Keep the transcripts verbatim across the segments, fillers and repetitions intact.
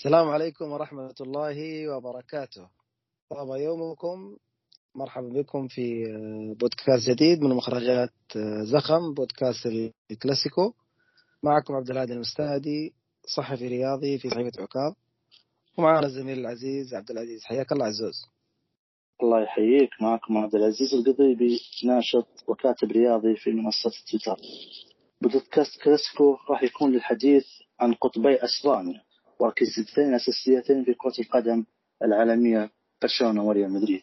السلام عليكم ورحمة الله وبركاته. طاب يومكم، مرحبا بكم في بودكاست جديد من مخرجات زخم، بودكاست الكلاسيكو. معكم عبد الهادي المستهدي، صحفي رياضي في صحيفة عكاظ، ومعنا الزميل العزيز عبد العزيز. حياك الله عزوز. الله يحييك. معكم عبد العزيز القضيبي، ناشط وكاتب رياضي في منصة تويتر. بودكاست كلاسيكو راح يكون للحديث عن قطبي أسبانيا وركيزتين أساسيتين في كرة القدم العالمية، برشلونة وريال مدريد.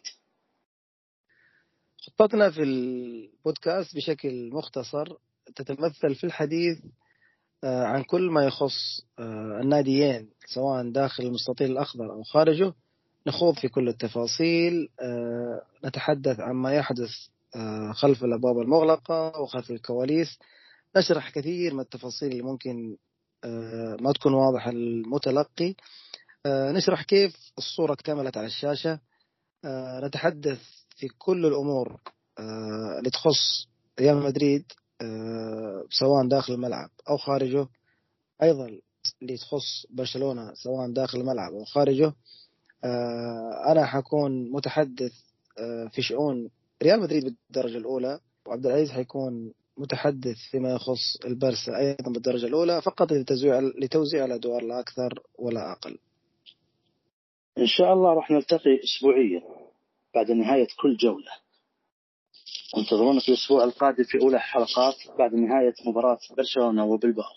خطتنا في البودكاست بشكل مختصر تتمثل في الحديث عن كل ما يخص الناديين سواء داخل المستطيل الأخضر أو خارجه. نخوض في كل التفاصيل، نتحدث عن ما يحدث خلف الأبواب المغلقة وخلف الكواليس. نشرح كثير من التفاصيل اللي ممكن ما تكون واضحة للمتلقي. نشرح كيف الصورة اكتملت على الشاشة. نتحدث في كل الأمور اللي تخص ريال مدريد سواء داخل الملعب أو خارجه، أيضا اللي تخص برشلونة سواء داخل الملعب أو خارجه. أنا حكون متحدث في شؤون ريال مدريد بالدرجة الأولى، وعبد العزيز حيكون متحدث فيما يخص البرسا أيضا بالدرجة الأولى، فقط لتوزيع لتوزيع الأدوار لا أكثر ولا أقل. إن شاء الله راح نلتقي أسبوعيا بعد نهاية كل جولة، وانتظرونا في الأسبوع القادم في أولى حلقات بعد نهاية مباراة برشلونة وبلباو.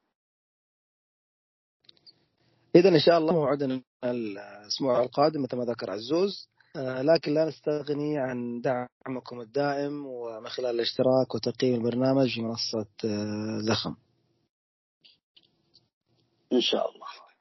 إذن إن شاء الله موعدنا الأسبوع القادم مثل ما ذكر عزوز، لكن لا نستغني عن دعمكم الدائم ومن خلال الاشتراك وتقييم البرنامج في منصة زخم إن شاء الله.